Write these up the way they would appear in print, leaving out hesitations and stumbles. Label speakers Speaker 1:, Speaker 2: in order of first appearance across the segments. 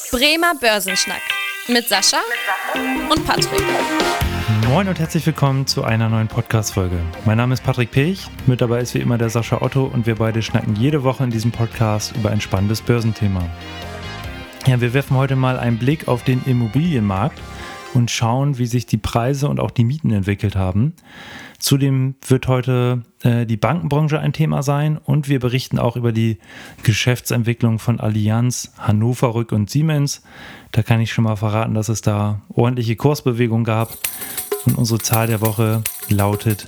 Speaker 1: Bremer Börsenschnack mit Sascha und Patrick.
Speaker 2: Moin und herzlich willkommen zu einer neuen Podcast-Folge. Mein Name ist Patrick Pech, mit dabei ist wie immer der Sascha Otto und wir beide schnacken jede Woche in diesem Podcast über ein spannendes Börsenthema. Ja, wir werfen heute mal einen Blick auf den Immobilienmarkt und schauen, wie sich die Preise und auch die Mieten entwickelt haben. Zudem wird heute die Bankenbranche ein Thema sein und wir berichten auch über die Geschäftsentwicklung von Allianz, Hannover Rück und Siemens. Da kann ich schon mal verraten, dass es da ordentliche Kursbewegung gab und unsere Zahl der Woche lautet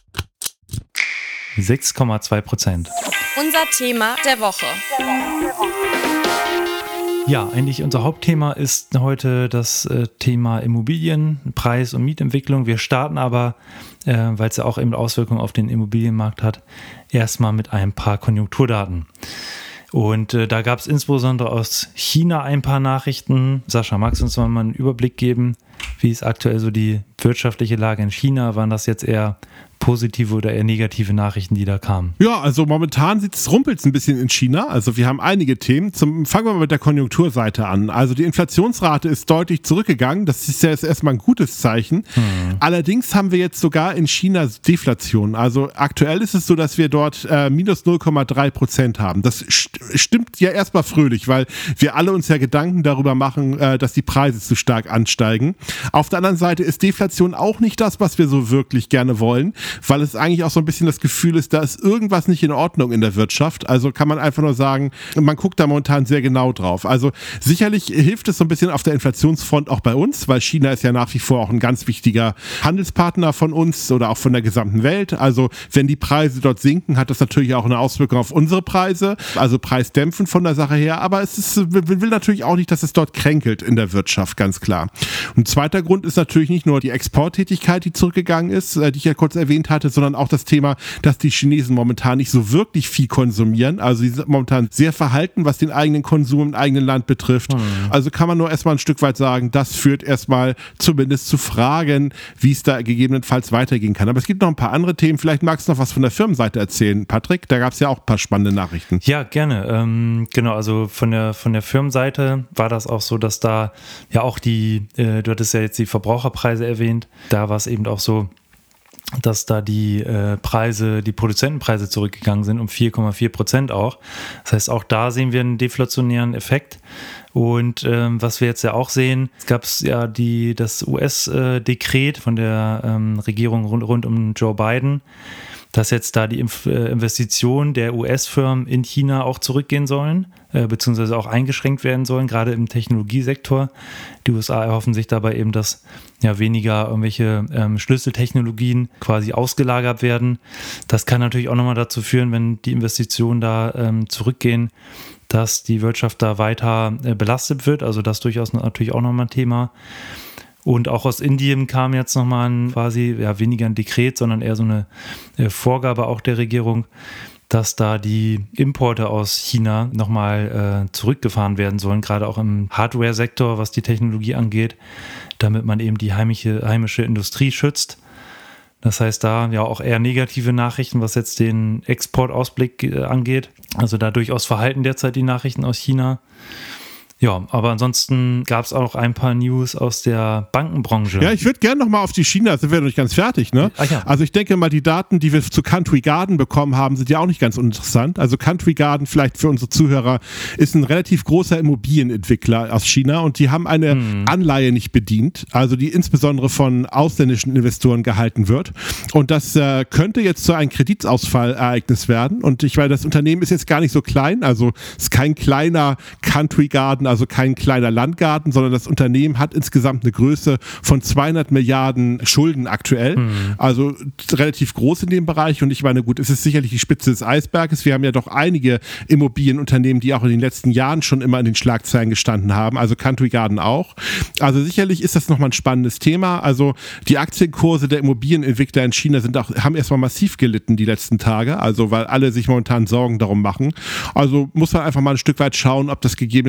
Speaker 2: 6,2%.
Speaker 1: Unser Thema der Woche.
Speaker 2: Ja, eigentlich unser Hauptthema ist heute das Thema Immobilien, Preis- und Mietentwicklung. Wir starten aber, weil es ja auch eben Auswirkungen auf den Immobilienmarkt hat, erstmal mit ein paar Konjunkturdaten. Und da gab es insbesondere aus China ein paar Nachrichten. Sascha, magst du uns mal einen Überblick geben, wie ist aktuell so die wirtschaftliche Lage in China? Waren das jetzt eher positive oder eher negative Nachrichten, die da kamen?
Speaker 3: Ja, also momentan rumpelt es ein bisschen in China. Also wir haben einige Themen. Fangen wir mal mit der Konjunkturseite an. Also die Inflationsrate ist deutlich zurückgegangen. Das ist ja jetzt erstmal ein gutes Zeichen. Allerdings haben wir jetzt sogar in China Deflation. Also aktuell ist es so, dass wir dort minus 0,3% haben. Das stimmt ja erstmal fröhlich, weil wir alle uns ja Gedanken darüber machen, dass die Preise zu stark ansteigen. Auf der anderen Seite ist Deflation auch nicht das, was wir so wirklich gerne wollen, weil es eigentlich auch so ein bisschen das Gefühl ist, da ist irgendwas nicht in Ordnung in der Wirtschaft. Also kann man einfach nur sagen, man guckt da momentan sehr genau drauf. Also sicherlich hilft es so ein bisschen auf der Inflationsfront auch bei uns, weil China ist ja nach wie vor auch ein ganz wichtiger Handelspartner von uns oder auch von der gesamten Welt. Also wenn die Preise dort sinken, hat das natürlich auch eine Auswirkung auf unsere Preise, also preisdämpfend von der Sache her. Aber will natürlich auch nicht, dass es dort kränkelt in der Wirtschaft, ganz klar. Und ein zweiter Grund ist natürlich nicht nur die Exporttätigkeit, die zurückgegangen ist, die ich ja kurz erwähnt hatte, sondern auch das Thema, dass die Chinesen momentan nicht so wirklich viel konsumieren. Also sie sind momentan sehr verhalten, was den eigenen Konsum im eigenen Land betrifft. Also kann man nur erstmal ein Stück weit sagen, das führt erstmal zumindest zu Fragen, wie es da gegebenenfalls weitergehen kann. Aber es gibt noch ein paar andere Themen. Vielleicht magst du noch was von der Firmenseite erzählen, Patrick. Da gab es ja auch ein paar spannende Nachrichten.
Speaker 2: Ja, gerne. Genau, also von der Firmenseite war das auch so, dass da ja auch du hattest ja jetzt die Verbraucherpreise erwähnt, da war es eben auch so, dass da die Produzentenpreise zurückgegangen sind um 4,4% auch. Das heißt, auch da sehen wir einen deflationären Effekt. Und was wir jetzt ja auch sehen, es gab ja das US-Dekret von der Regierung rund um Joe Biden, dass jetzt da die Investitionen der US-Firmen in China auch zurückgehen sollen, beziehungsweise auch eingeschränkt werden sollen, gerade im Technologiesektor. Die USA erhoffen sich dabei eben, dass ja weniger irgendwelche Schlüsseltechnologien quasi ausgelagert werden. Das kann natürlich auch nochmal dazu führen, wenn die Investitionen da zurückgehen, dass die Wirtschaft da weiter belastet wird. Also das durchaus natürlich auch nochmal ein Thema. Und auch aus Indien kam jetzt nochmal weniger ein Dekret, sondern eher so eine Vorgabe auch der Regierung, dass da die Importe aus China nochmal zurückgefahren werden sollen, gerade auch im Hardware-Sektor, was die Technologie angeht, damit man eben die heimische Industrie schützt. Das heißt, da ja auch eher negative Nachrichten, was jetzt den Exportausblick angeht. Also da durchaus verhalten derzeit die Nachrichten aus China. Ja, aber ansonsten gab es auch ein paar News aus der Bankenbranche.
Speaker 3: Ja, ich würde gerne nochmal auf die China, sind wir noch nicht ganz fertig, ne?
Speaker 2: Ach ja.
Speaker 3: Also ich denke mal, die Daten, die wir zu Country Garden bekommen haben, sind ja auch nicht ganz uninteressant. Also Country Garden, vielleicht für unsere Zuhörer, ist ein relativ großer Immobilienentwickler aus China und die haben eine Anleihe nicht bedient, also die insbesondere von ausländischen Investoren gehalten wird. Und das könnte jetzt zu einem Kreditausfallereignis werden. Und ich meine, das Unternehmen ist jetzt gar nicht so klein, also es ist kein kleiner Country Garden, also kein kleiner Landgarten, sondern das Unternehmen hat insgesamt eine Größe von 200 Milliarden Schulden aktuell. Also relativ groß in dem Bereich. Und ich meine, gut, es ist sicherlich die Spitze des Eisberges. Wir haben ja doch einige Immobilienunternehmen, die auch in den letzten Jahren schon immer in den Schlagzeilen gestanden haben. Also Country Garden auch. Also sicherlich ist das nochmal ein spannendes Thema. Also die Aktienkurse der Immobilienentwickler in China haben erstmal massiv gelitten die letzten Tage. Also weil alle sich momentan Sorgen darum machen. Also muss man einfach mal ein Stück weit schauen, ob das gegebenenfalls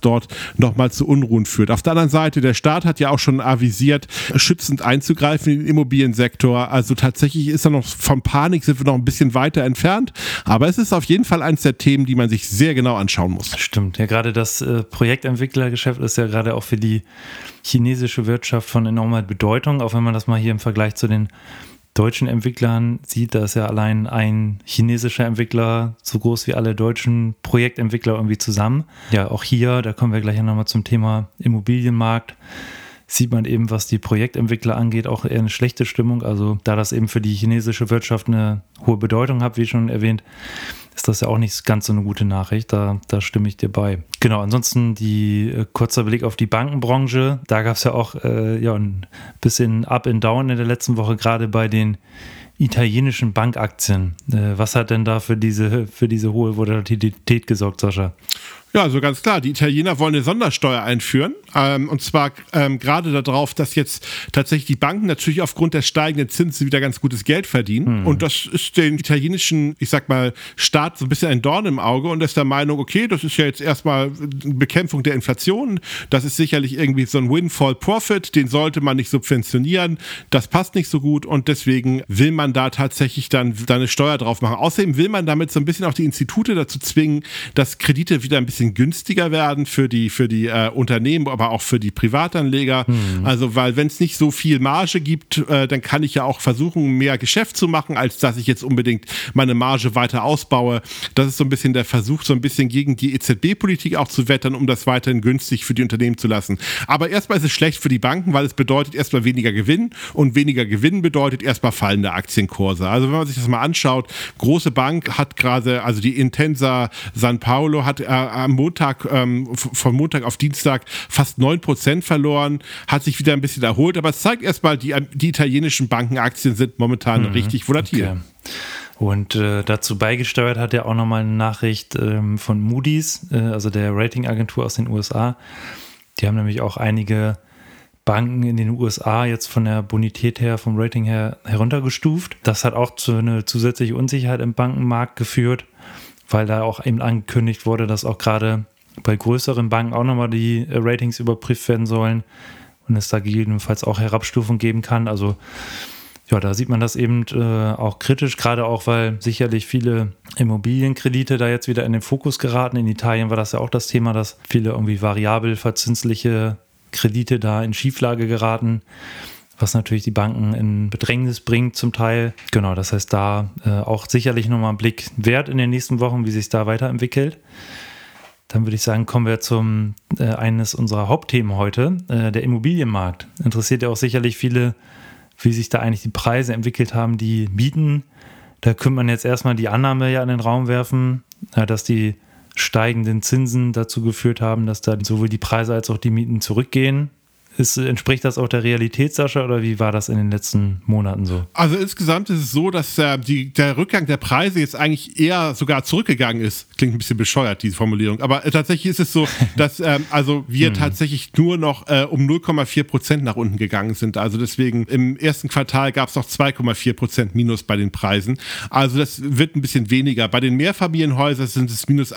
Speaker 3: dort nochmal zu Unruhen führt. Auf der anderen Seite, der Staat hat ja auch schon avisiert, schützend einzugreifen in den Immobiliensektor. Also tatsächlich ist er noch von Panik, sind wir noch ein bisschen weiter entfernt. Aber es ist auf jeden Fall eines der Themen, die man sich sehr genau anschauen muss.
Speaker 2: Stimmt, ja, gerade das Projektentwicklergeschäft ist ja gerade auch für die chinesische Wirtschaft von enormer Bedeutung, auch wenn man das mal hier im Vergleich zu den deutschen Entwicklern sieht, da ist ja allein ein chinesischer Entwickler so groß wie alle deutschen Projektentwickler irgendwie zusammen. Ja, auch hier, da kommen wir gleich nochmal zum Thema Immobilienmarkt, sieht man eben, was die Projektentwickler angeht, auch eher eine schlechte Stimmung. Also da das eben für die chinesische Wirtschaft eine hohe Bedeutung hat, wie schon erwähnt, ist das ja auch nicht ganz so eine gute Nachricht. Da stimme ich dir bei. Genau, ansonsten kurzer Blick auf die Bankenbranche. Da gab es ja auch ein bisschen Up and Down in der letzten Woche, gerade bei den italienischen Bankaktien. Was hat denn da für diese hohe Volatilität gesorgt, Sascha?
Speaker 3: Ja, also ganz klar, die Italiener wollen eine Sondersteuer einführen, und zwar gerade darauf, dass jetzt tatsächlich die Banken natürlich aufgrund der steigenden Zinsen wieder ganz gutes Geld verdienen und das ist den italienischen, ich sag mal, Staat so ein bisschen ein Dorn im Auge und ist der Meinung, okay, das ist ja jetzt erstmal Bekämpfung der Inflation, das ist sicherlich irgendwie so ein Windfall-Profit, den sollte man nicht subventionieren, das passt nicht so gut und deswegen will man da tatsächlich dann eine Steuer drauf machen. Außerdem will man damit so ein bisschen auch die Institute dazu zwingen, dass Kredite wieder ein bisschen günstiger werden für die Unternehmen, aber auch für die Privatanleger. Also, weil wenn es nicht so viel Marge gibt, dann kann ich ja auch versuchen, mehr Geschäft zu machen, als dass ich jetzt unbedingt meine Marge weiter ausbaue. Das ist so ein bisschen der Versuch, so ein bisschen gegen die EZB-Politik auch zu wettern, um das weiterhin günstig für die Unternehmen zu lassen. Aber erstmal ist es schlecht für die Banken, weil es bedeutet erstmal weniger Gewinn und weniger Gewinn bedeutet erstmal fallende Aktienkurse. Also wenn man sich das mal anschaut, große Bank hat gerade, also die Intesa San Paolo hat am Montag, von Montag auf Dienstag fast 9% verloren, hat sich wieder ein bisschen erholt, aber es zeigt erstmal, die italienischen Bankenaktien sind momentan richtig volatil.
Speaker 2: Okay. Und dazu beigesteuert hat ja auch nochmal eine Nachricht von Moody's, also der Ratingagentur aus den USA. Die haben nämlich auch einige Banken in den USA jetzt von der Bonität her, vom Rating her heruntergestuft. Das hat auch zu einer zusätzlichen Unsicherheit im Bankenmarkt geführt, weil da auch eben angekündigt wurde, dass auch gerade bei größeren Banken auch nochmal die Ratings überprüft werden sollen und es da gegebenenfalls auch Herabstufung geben kann. Also ja, da sieht man das eben auch kritisch, gerade auch, weil sicherlich viele Immobilienkredite da jetzt wieder in den Fokus geraten. In Italien war das ja auch das Thema, dass viele irgendwie variabel verzinsliche Kredite da in Schieflage geraten, was natürlich die Banken in Bedrängnis bringt zum Teil. Genau, das heißt, da auch sicherlich nochmal einen Blick wert in den nächsten Wochen, wie sich da weiterentwickelt. Dann würde ich sagen, kommen wir zum eines unserer Hauptthemen heute, der Immobilienmarkt. Interessiert ja auch sicherlich viele, wie sich da eigentlich die Preise entwickelt haben, die Mieten. Da könnte man jetzt erstmal die Annahme ja in den Raum werfen, dass die steigenden Zinsen dazu geführt haben, dass da sowohl die Preise als auch die Mieten zurückgehen. Entspricht das auch der Realität, Sascha, oder wie war das in den letzten Monaten so?
Speaker 3: Also insgesamt ist es so, dass der Rückgang der Preise jetzt eigentlich eher sogar zurückgegangen ist. Klingt ein bisschen bescheuert, diese Formulierung. Aber tatsächlich ist es so, dass wir tatsächlich nur noch um 0,4% nach unten gegangen sind. Also deswegen im ersten Quartal gab es noch 2,4% Minus bei den Preisen. Also das wird ein bisschen weniger. Bei den Mehrfamilienhäusern sind es minus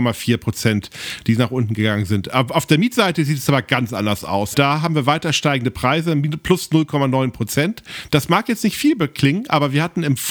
Speaker 3: 1,4%, die nach unten gegangen sind. Auf der Mietseite sieht es aber ganz anders aus. Da haben wir weiter steigende Preise, plus 0,9%. Das mag jetzt nicht viel beklingen, aber wir hatten im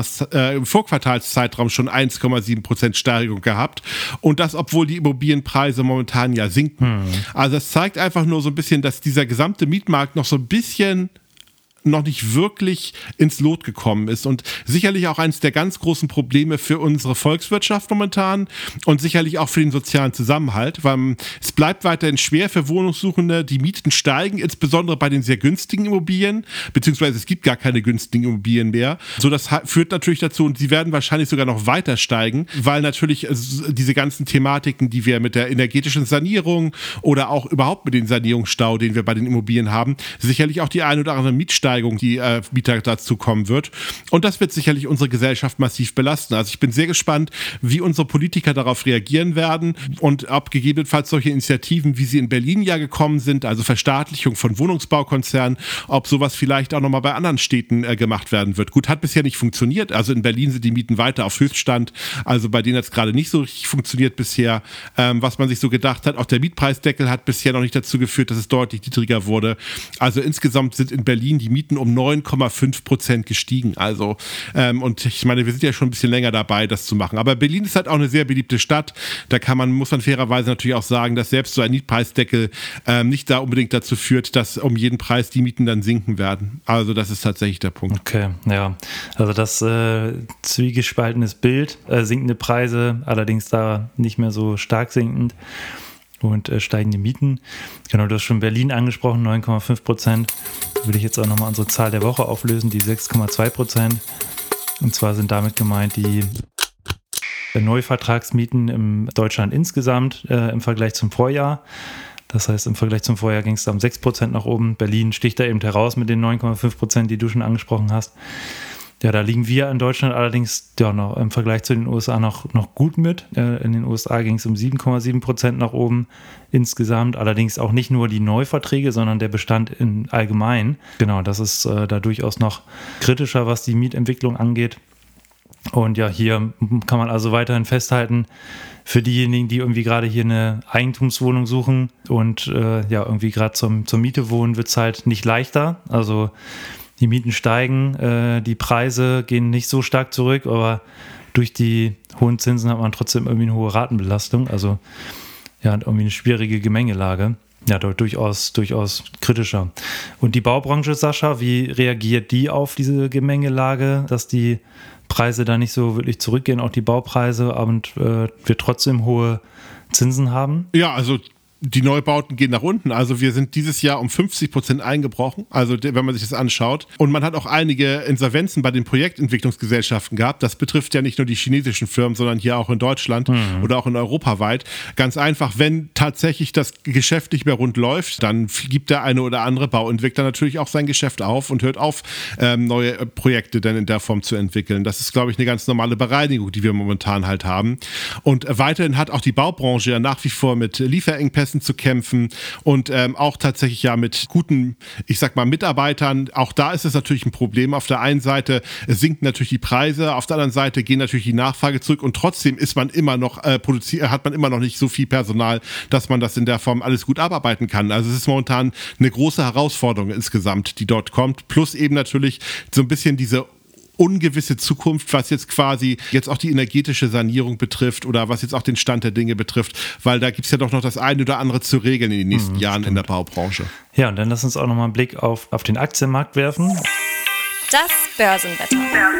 Speaker 3: Vorquartalszeitraum schon 1,7% Steigerung gehabt. Und das, obwohl die Immobilienpreise momentan ja sinken. Also das zeigt einfach nur so ein bisschen, dass dieser gesamte Mietmarkt noch so ein bisschen noch nicht wirklich ins Lot gekommen ist und sicherlich auch eines der ganz großen Probleme für unsere Volkswirtschaft momentan und sicherlich auch für den sozialen Zusammenhalt, weil es bleibt weiterhin schwer für Wohnungssuchende, die Mieten steigen, insbesondere bei den sehr günstigen Immobilien, beziehungsweise es gibt gar keine günstigen Immobilien mehr. So, das führt natürlich dazu und sie werden wahrscheinlich sogar noch weiter steigen, weil natürlich diese ganzen Thematiken, die wir mit der energetischen Sanierung oder auch überhaupt mit dem Sanierungsstau, den wir bei den Immobilien haben, sicherlich auch die ein oder andere Mietsteigerung Preissteigerung, die Mieter dazu kommen wird. Und das wird sicherlich unsere Gesellschaft massiv belasten. Also ich bin sehr gespannt, wie unsere Politiker darauf reagieren werden und ob gegebenenfalls solche Initiativen, wie sie in Berlin ja gekommen sind, also Verstaatlichung von Wohnungsbaukonzernen, ob sowas vielleicht auch nochmal bei anderen Städten gemacht werden wird. Gut, hat bisher nicht funktioniert. Also in Berlin sind die Mieten weiter auf Höchststand. Also bei denen hat es gerade nicht so richtig funktioniert bisher, was man sich so gedacht hat. Auch der Mietpreisdeckel hat bisher noch nicht dazu geführt, dass es deutlich niedriger wurde. Also insgesamt sind in Berlin die Mieten um 9,5% gestiegen. Also und ich meine, wir sind ja schon ein bisschen länger dabei, das zu machen. Aber Berlin ist halt auch eine sehr beliebte Stadt. Da muss man fairerweise natürlich auch sagen, dass selbst so ein Mietpreisdeckel nicht da unbedingt dazu führt, dass um jeden Preis die Mieten dann sinken werden. Also das ist tatsächlich der Punkt.
Speaker 2: Okay, ja. Also das zwiegespaltenes Bild, sinkende Preise, allerdings da nicht mehr so stark sinkend und steigende Mieten. Genau, du hast schon Berlin angesprochen, 9,5%. Da würde ich jetzt auch nochmal unsere Zahl der Woche auflösen, die 6,2%. Und zwar sind damit gemeint die Neuvertragsmieten in Deutschland insgesamt im Vergleich zum Vorjahr. Das heißt, im Vergleich zum Vorjahr ging es da um 6% nach oben. Berlin sticht da eben heraus mit den 9,5%, die du schon angesprochen hast. Ja, da liegen wir in Deutschland allerdings ja noch im Vergleich zu den USA noch gut mit. In den USA ging es um 7,7% nach oben insgesamt. Allerdings auch nicht nur die Neuverträge, sondern der Bestand in allgemein. Genau, das ist da durchaus noch kritischer, was die Mietentwicklung angeht. Und ja, hier kann man also weiterhin festhalten, für diejenigen, die irgendwie gerade hier eine Eigentumswohnung suchen und ja irgendwie gerade zur Miete wohnen, wird es halt nicht leichter. Also die Mieten steigen, die Preise gehen nicht so stark zurück, aber durch die hohen Zinsen hat man trotzdem irgendwie eine hohe Ratenbelastung. Also ja, irgendwie eine schwierige Gemengelage. Ja, durchaus kritischer. Und die Baubranche, Sascha, wie reagiert die auf diese Gemengelage, dass die Preise da nicht so wirklich zurückgehen, auch die Baupreise, und wir trotzdem hohe Zinsen haben?
Speaker 3: Ja, also die Neubauten gehen nach unten. Also wir sind dieses Jahr um 50% eingebrochen, also wenn man sich das anschaut. Und man hat auch einige Insolvenzen bei den Projektentwicklungsgesellschaften gehabt. Das betrifft ja nicht nur die chinesischen Firmen, sondern hier auch in Deutschland oder auch in Europa weit. Ganz einfach, wenn tatsächlich das Geschäft nicht mehr rund läuft, dann gibt der eine oder andere Bauentwickler natürlich auch sein Geschäft auf und hört auf, neue Projekte dann in der Form zu entwickeln. Das ist, glaube ich, eine ganz normale Bereinigung, die wir momentan halt haben. Und weiterhin hat auch die Baubranche ja nach wie vor mit Lieferengpässen zu kämpfen und auch tatsächlich ja mit guten, ich sag mal, Mitarbeitern. Auch da ist es natürlich ein Problem. Auf der einen Seite sinken natürlich die Preise, auf der anderen Seite gehen natürlich die Nachfrage zurück und trotzdem ist man immer noch hat man immer noch nicht so viel Personal, dass man das in der Form alles gut abarbeiten kann. Also es ist momentan eine große Herausforderung insgesamt, die dort kommt. Plus eben natürlich so ein bisschen diese ungewisse Zukunft, was jetzt quasi jetzt auch die energetische Sanierung betrifft oder was jetzt auch den Stand der Dinge betrifft, weil da gibt es ja doch noch das eine oder andere zu regeln in den nächsten Jahren in der Baubranche.
Speaker 2: Ja, und dann lass uns auch nochmal einen Blick auf den Aktienmarkt werfen.
Speaker 1: Das Börsenwetter.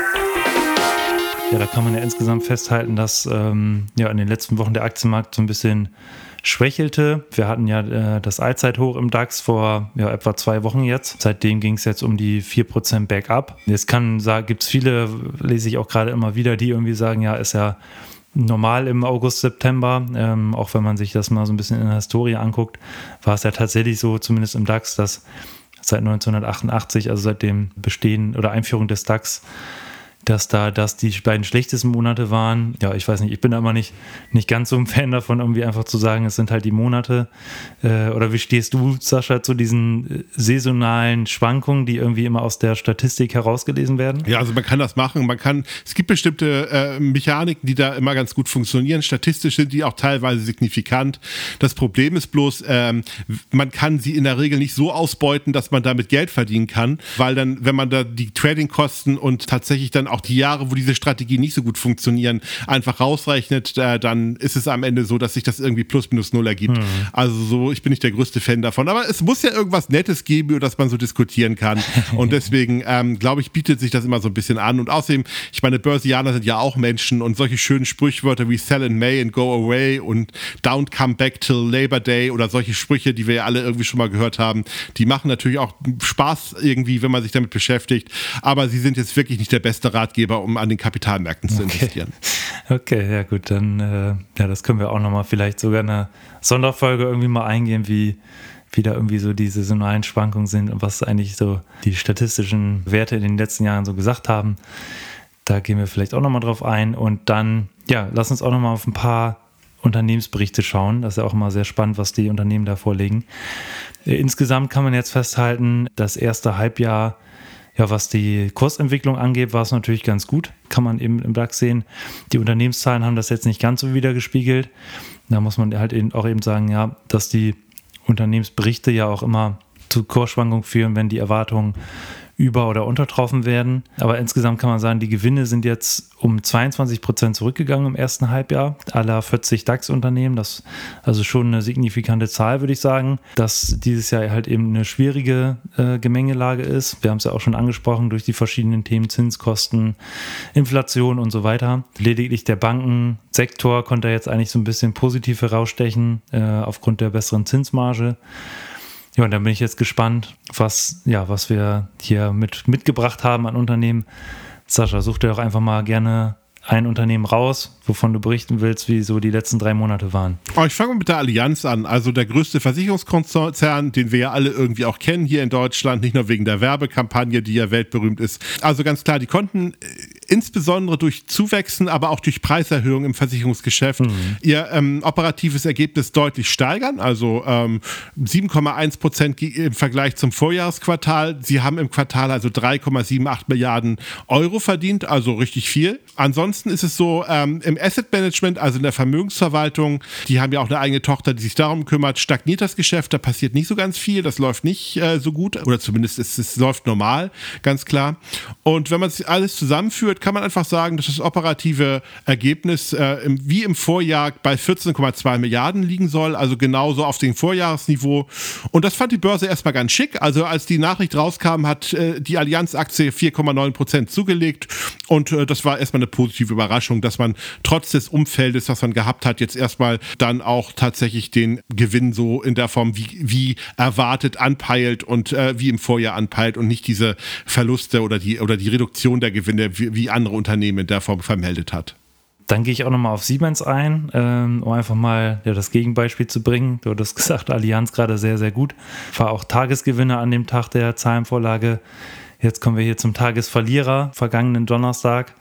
Speaker 2: Ja, da kann man ja insgesamt festhalten, dass ja in den letzten Wochen der Aktienmarkt so ein bisschen schwächelte. Wir hatten ja das Allzeithoch im DAX vor etwa 2 Wochen jetzt. Seitdem ging es jetzt um die 4% bergab. Jetzt gibt es viele, lese ich auch gerade immer wieder, die irgendwie sagen, ja, ist ja normal im August, September. Auch wenn man sich das mal so ein bisschen in der Historie anguckt, war es ja tatsächlich so, zumindest im DAX, dass seit 1988, also seit dem Bestehen oder Einführung des DAX, dass die beiden schlechtesten Monate waren. Ja, ich weiß nicht, ich bin da immer nicht ganz so ein Fan davon, irgendwie einfach zu sagen, es sind halt die Monate. Oder wie stehst du, Sascha, zu diesen saisonalen Schwankungen, die irgendwie immer aus der Statistik herausgelesen werden?
Speaker 3: Ja, also man kann das machen. Es gibt bestimmte Mechaniken, die da immer ganz gut funktionieren. Statistisch sind die auch teilweise signifikant. Das Problem ist bloß, man kann sie in der Regel nicht so ausbeuten, dass man damit Geld verdienen kann, weil dann, wenn man da die Trading-Kosten und tatsächlich dann auch die Jahre, wo diese Strategien nicht so gut funktionieren, einfach rausrechnet, dann ist es am Ende so, dass sich das irgendwie plus minus null ergibt. Also so, ich bin nicht der größte Fan davon, aber es muss ja irgendwas Nettes geben, über das man so diskutieren kann und deswegen, glaube ich, bietet sich das immer so ein bisschen an und außerdem, ich meine, Börsianer sind ja auch Menschen und solche schönen Sprichwörter wie Sell in May and Go Away und Don't Come Back till Labor Day oder solche Sprüche, die wir ja alle irgendwie schon mal gehört haben, die machen natürlich auch Spaß irgendwie, wenn man sich damit beschäftigt, aber sie sind jetzt wirklich nicht der beste Ratgeber, um an den Kapitalmärkten zu investieren.
Speaker 2: Okay, ja gut, dann das können wir auch nochmal vielleicht sogar eine Sonderfolge irgendwie mal eingehen, wie wie da irgendwie so die saisonalen Schwankungen sind und was eigentlich so die statistischen Werte in den letzten Jahren so gesagt haben. Da gehen wir vielleicht auch nochmal drauf ein. Und dann, ja, lass uns auch nochmal auf ein paar Unternehmensberichte schauen. Das ist ja auch immer sehr spannend, was die Unternehmen da vorlegen. Insgesamt kann man jetzt festhalten, das erste Halbjahr, ja, was die Kursentwicklung angeht, war es natürlich ganz gut. Kann man eben im DAX sehen. Die Unternehmenszahlen haben das jetzt nicht ganz so wiedergespiegelt. Da muss man halt auch eben sagen, ja, dass die Unternehmensberichte ja auch immer zu Kursschwankungen führen, wenn die Erwartungen über- oder untertroffen werden. Aber insgesamt kann man sagen, die Gewinne sind jetzt um 22% zurückgegangen im ersten Halbjahr aller 40 DAX-Unternehmen. Das ist also schon eine signifikante Zahl, würde ich sagen, dass dieses Jahr halt eben eine schwierige Gemengelage ist. Wir haben es ja auch schon angesprochen durch die verschiedenen Themen Zinskosten, Inflation und so weiter. Lediglich der Bankensektor konnte jetzt eigentlich so ein bisschen positiv herausstechen aufgrund der besseren Zinsmarge. Ja, und dann bin ich jetzt gespannt, was wir hier mitgebracht haben an Unternehmen. Sascha, such dir doch einfach mal gerne ein Unternehmen raus, wovon du berichten willst, wie so die letzten 3 Monate waren.
Speaker 3: Ich fange mit der Allianz an, also der größte Versicherungskonzern, den wir ja alle irgendwie auch kennen hier in Deutschland, nicht nur wegen der Werbekampagne, die ja weltberühmt ist. Also ganz klar, die konnten insbesondere durch Zuwächsen, aber auch durch Preiserhöhungen im Versicherungsgeschäft ihr operatives Ergebnis deutlich steigern, also 7,1% im Vergleich zum Vorjahresquartal. Sie haben im Quartal also 3,78 Milliarden Euro verdient, also richtig viel. Ansonsten ist es so, im Asset Management, also in der Vermögensverwaltung, die haben ja auch eine eigene Tochter, die sich darum kümmert, stagniert das Geschäft, da passiert nicht so ganz viel, das läuft nicht so gut, oder zumindest es läuft normal, ganz klar. Und wenn man sich alles zusammenführt, kann man einfach sagen, dass das operative Ergebnis wie im Vorjahr bei 14,2 Milliarden liegen soll, also genauso auf dem Vorjahresniveau. Und das fand die Börse erstmal ganz schick. Also als die Nachricht rauskam, hat die Allianz-Aktie 4,9% zugelegt und das war erstmal eine positive Überraschung, dass man trotz des Umfeldes, was man gehabt hat, jetzt erstmal dann auch tatsächlich den Gewinn so in der Form wie erwartet anpeilt und wie im Vorjahr anpeilt und nicht diese Verluste oder die Reduktion der Gewinne wie andere Unternehmen in der Form vermeldet hat.
Speaker 2: Dann gehe ich auch nochmal auf Siemens ein, um einfach mal das Gegenbeispiel zu bringen. Du hattest gesagt, Allianz gerade sehr, sehr gut. War auch Tagesgewinner an dem Tag der Zahlenvorlage. Jetzt kommen wir hier zum Tagesverlierer, vergangenen Donnerstag,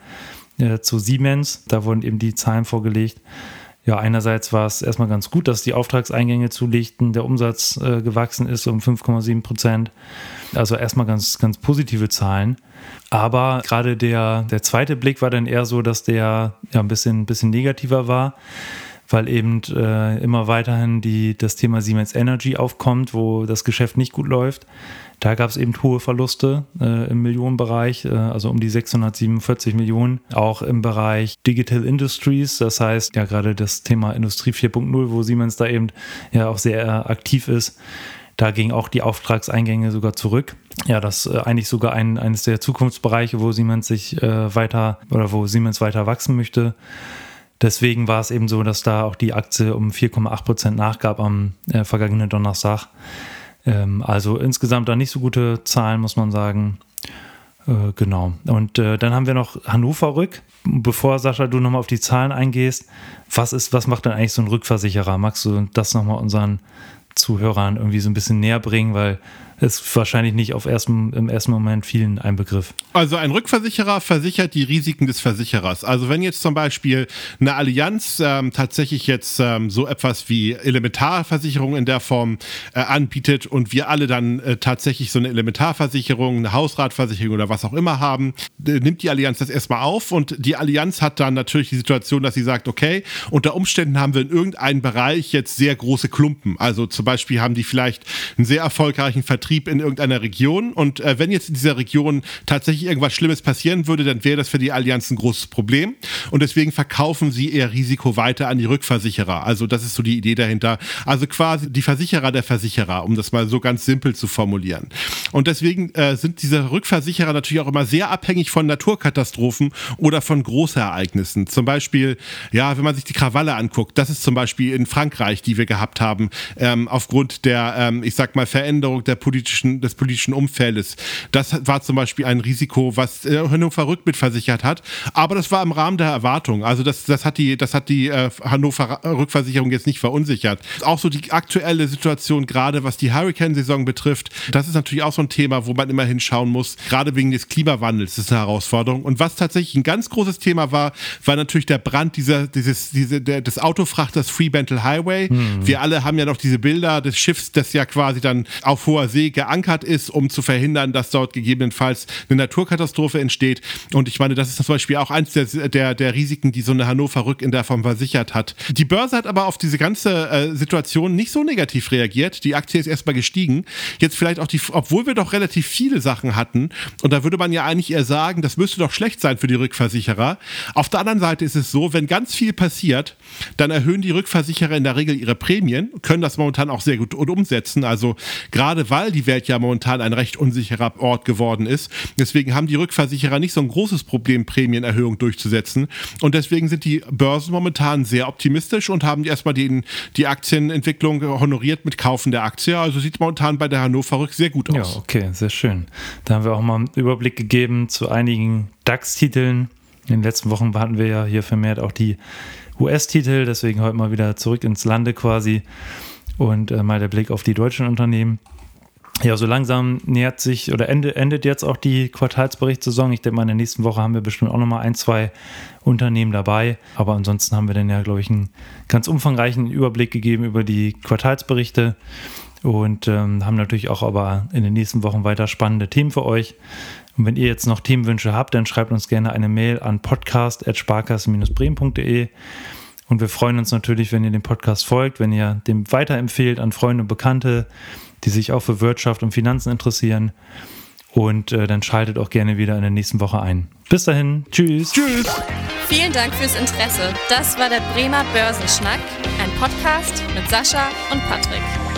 Speaker 2: zu Siemens. Da wurden eben die Zahlen vorgelegt. Ja, einerseits war es erstmal ganz gut, dass die Auftragseingänge zulegten, der Umsatz gewachsen ist um 5,7%. Also erstmal ganz, ganz positive Zahlen. Aber gerade der zweite Blick war dann eher so, dass der ja ein bisschen negativer war, weil eben immer weiterhin das Thema Siemens Energy aufkommt, wo das Geschäft nicht gut läuft. Da gab es eben hohe Verluste im Millionenbereich, also um die 647 Millionen. Auch im Bereich Digital Industries, das heißt ja gerade das Thema Industrie 4.0, wo Siemens da eben ja auch sehr aktiv ist. Da gingen auch die Auftragseingänge sogar zurück. Ja, das ist eigentlich sogar eines der Zukunftsbereiche, wo Siemens weiter wachsen möchte. Deswegen war es eben so, dass da auch die Aktie um 4,8% nachgab am vergangenen Donnerstag. Also insgesamt da nicht so gute Zahlen, muss man sagen. Genau. Und dann haben wir noch Hannover Rück. Bevor, Sascha, du nochmal auf die Zahlen eingehst, was macht denn eigentlich so ein Rückversicherer? Magst du das nochmal unseren Zuhörern irgendwie so ein bisschen näher bringen, weil ist wahrscheinlich nicht im ersten Moment vielen ein Begriff.
Speaker 3: Also ein Rückversicherer versichert die Risiken des Versicherers. Also wenn jetzt zum Beispiel eine Allianz tatsächlich jetzt so etwas wie Elementarversicherung in der Form anbietet und wir alle dann tatsächlich so eine Elementarversicherung, eine Hausratversicherung oder was auch immer haben, nimmt die Allianz das erstmal auf und die Allianz hat dann natürlich die Situation, dass sie sagt, okay, unter Umständen haben wir in irgendeinem Bereich jetzt sehr große Klumpen. Also zum Beispiel haben die vielleicht einen sehr erfolgreichen Vertrieb in irgendeiner Region und wenn jetzt in dieser Region tatsächlich irgendwas Schlimmes passieren würde, dann wäre das für die Allianz ein großes Problem und deswegen verkaufen sie ihr Risiko weiter an die Rückversicherer. Also das ist so die Idee dahinter. Also quasi die Versicherer der Versicherer, um das mal so ganz simpel zu formulieren. Und deswegen sind diese Rückversicherer natürlich auch immer sehr abhängig von Naturkatastrophen oder von Großereignissen. Zum Beispiel, ja, wenn man sich die Krawalle anguckt, das ist zum Beispiel in Frankreich, die wir gehabt haben, aufgrund der, ich sag mal, Veränderung der politischen politischen Umfeldes. Das war zum Beispiel ein Risiko, was Hannover Rück mitversichert hat. Aber das war im Rahmen der Erwartung. Also das hat die Hannover Rückversicherung jetzt nicht verunsichert. Auch so die aktuelle Situation, gerade was die Hurricane-Saison betrifft, das ist natürlich auch so ein Thema, wo man immer hinschauen muss. Gerade wegen des Klimawandels ist eine Herausforderung. Und was tatsächlich ein ganz großes Thema war natürlich der Brand des Autofrachters Fremantle Highway. Wir alle haben ja noch diese Bilder des Schiffs, das ja quasi dann auf hoher See geankert ist, um zu verhindern, dass dort gegebenenfalls eine Naturkatastrophe entsteht. Und ich meine, das ist zum Beispiel auch eins der Risiken, die so eine Hannover Rück in der Form versichert hat. Die Börse hat aber auf diese ganze Situation nicht so negativ reagiert. Die Aktie ist erstmal gestiegen. Jetzt vielleicht auch obwohl wir doch relativ viele Sachen hatten, und da würde man ja eigentlich eher sagen, das müsste doch schlecht sein für die Rückversicherer. Auf der anderen Seite ist es so, wenn ganz viel passiert, dann erhöhen die Rückversicherer in der Regel ihre Prämien, können das momentan auch sehr gut umsetzen. Also gerade weil die Welt ja momentan ein recht unsicherer Ort geworden ist. Deswegen haben die Rückversicherer nicht so ein großes Problem, Prämienerhöhung durchzusetzen. Und deswegen sind die Börsen momentan sehr optimistisch und haben erstmal die Aktienentwicklung honoriert mit Kaufen der Aktie. Also sieht momentan bei der Hannover Rück sehr gut aus.
Speaker 2: Ja, okay, sehr schön. Da haben wir auch mal einen Überblick gegeben zu einigen DAX-Titeln. In den letzten Wochen hatten wir ja hier vermehrt auch die US-Titel, deswegen heute mal wieder zurück ins Lande quasi und mal der Blick auf die deutschen Unternehmen. Ja, so langsam nähert sich oder endet jetzt auch die Quartalsberichtssaison. Ich denke mal, in der nächsten Woche haben wir bestimmt auch nochmal 1-2 Unternehmen dabei. Aber ansonsten haben wir dann ja, glaube ich, einen ganz umfangreichen Überblick gegeben über die Quartalsberichte und haben natürlich auch aber in den nächsten Wochen weiter spannende Themen für euch. Und wenn ihr jetzt noch Themenwünsche habt, dann schreibt uns gerne eine Mail an podcast@sparkasse-bremen.de. Und wir freuen uns natürlich, wenn ihr dem Podcast folgt, wenn ihr dem weiterempfehlt an Freunde und Bekannte, die sich auch für Wirtschaft und Finanzen interessieren. Und dann schaltet auch gerne wieder in der nächsten Woche ein. Bis dahin, tschüss.
Speaker 3: Tschüss.
Speaker 1: Vielen Dank fürs Interesse. Das war der Bremer Börsenschnack, ein Podcast mit Sascha und Patrick.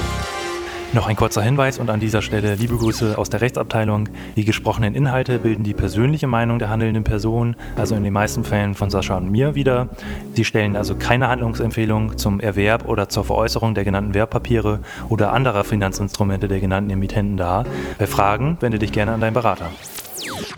Speaker 2: Noch ein kurzer Hinweis und an dieser Stelle liebe Grüße aus der Rechtsabteilung. Die gesprochenen Inhalte bilden die persönliche Meinung der handelnden Person, also in den meisten Fällen von Sascha und mir wider. Sie stellen also keine Handlungsempfehlung zum Erwerb oder zur Veräußerung der genannten Wertpapiere oder anderer Finanzinstrumente der genannten Emittenten dar. Bei Fragen wende dich gerne an deinen Berater.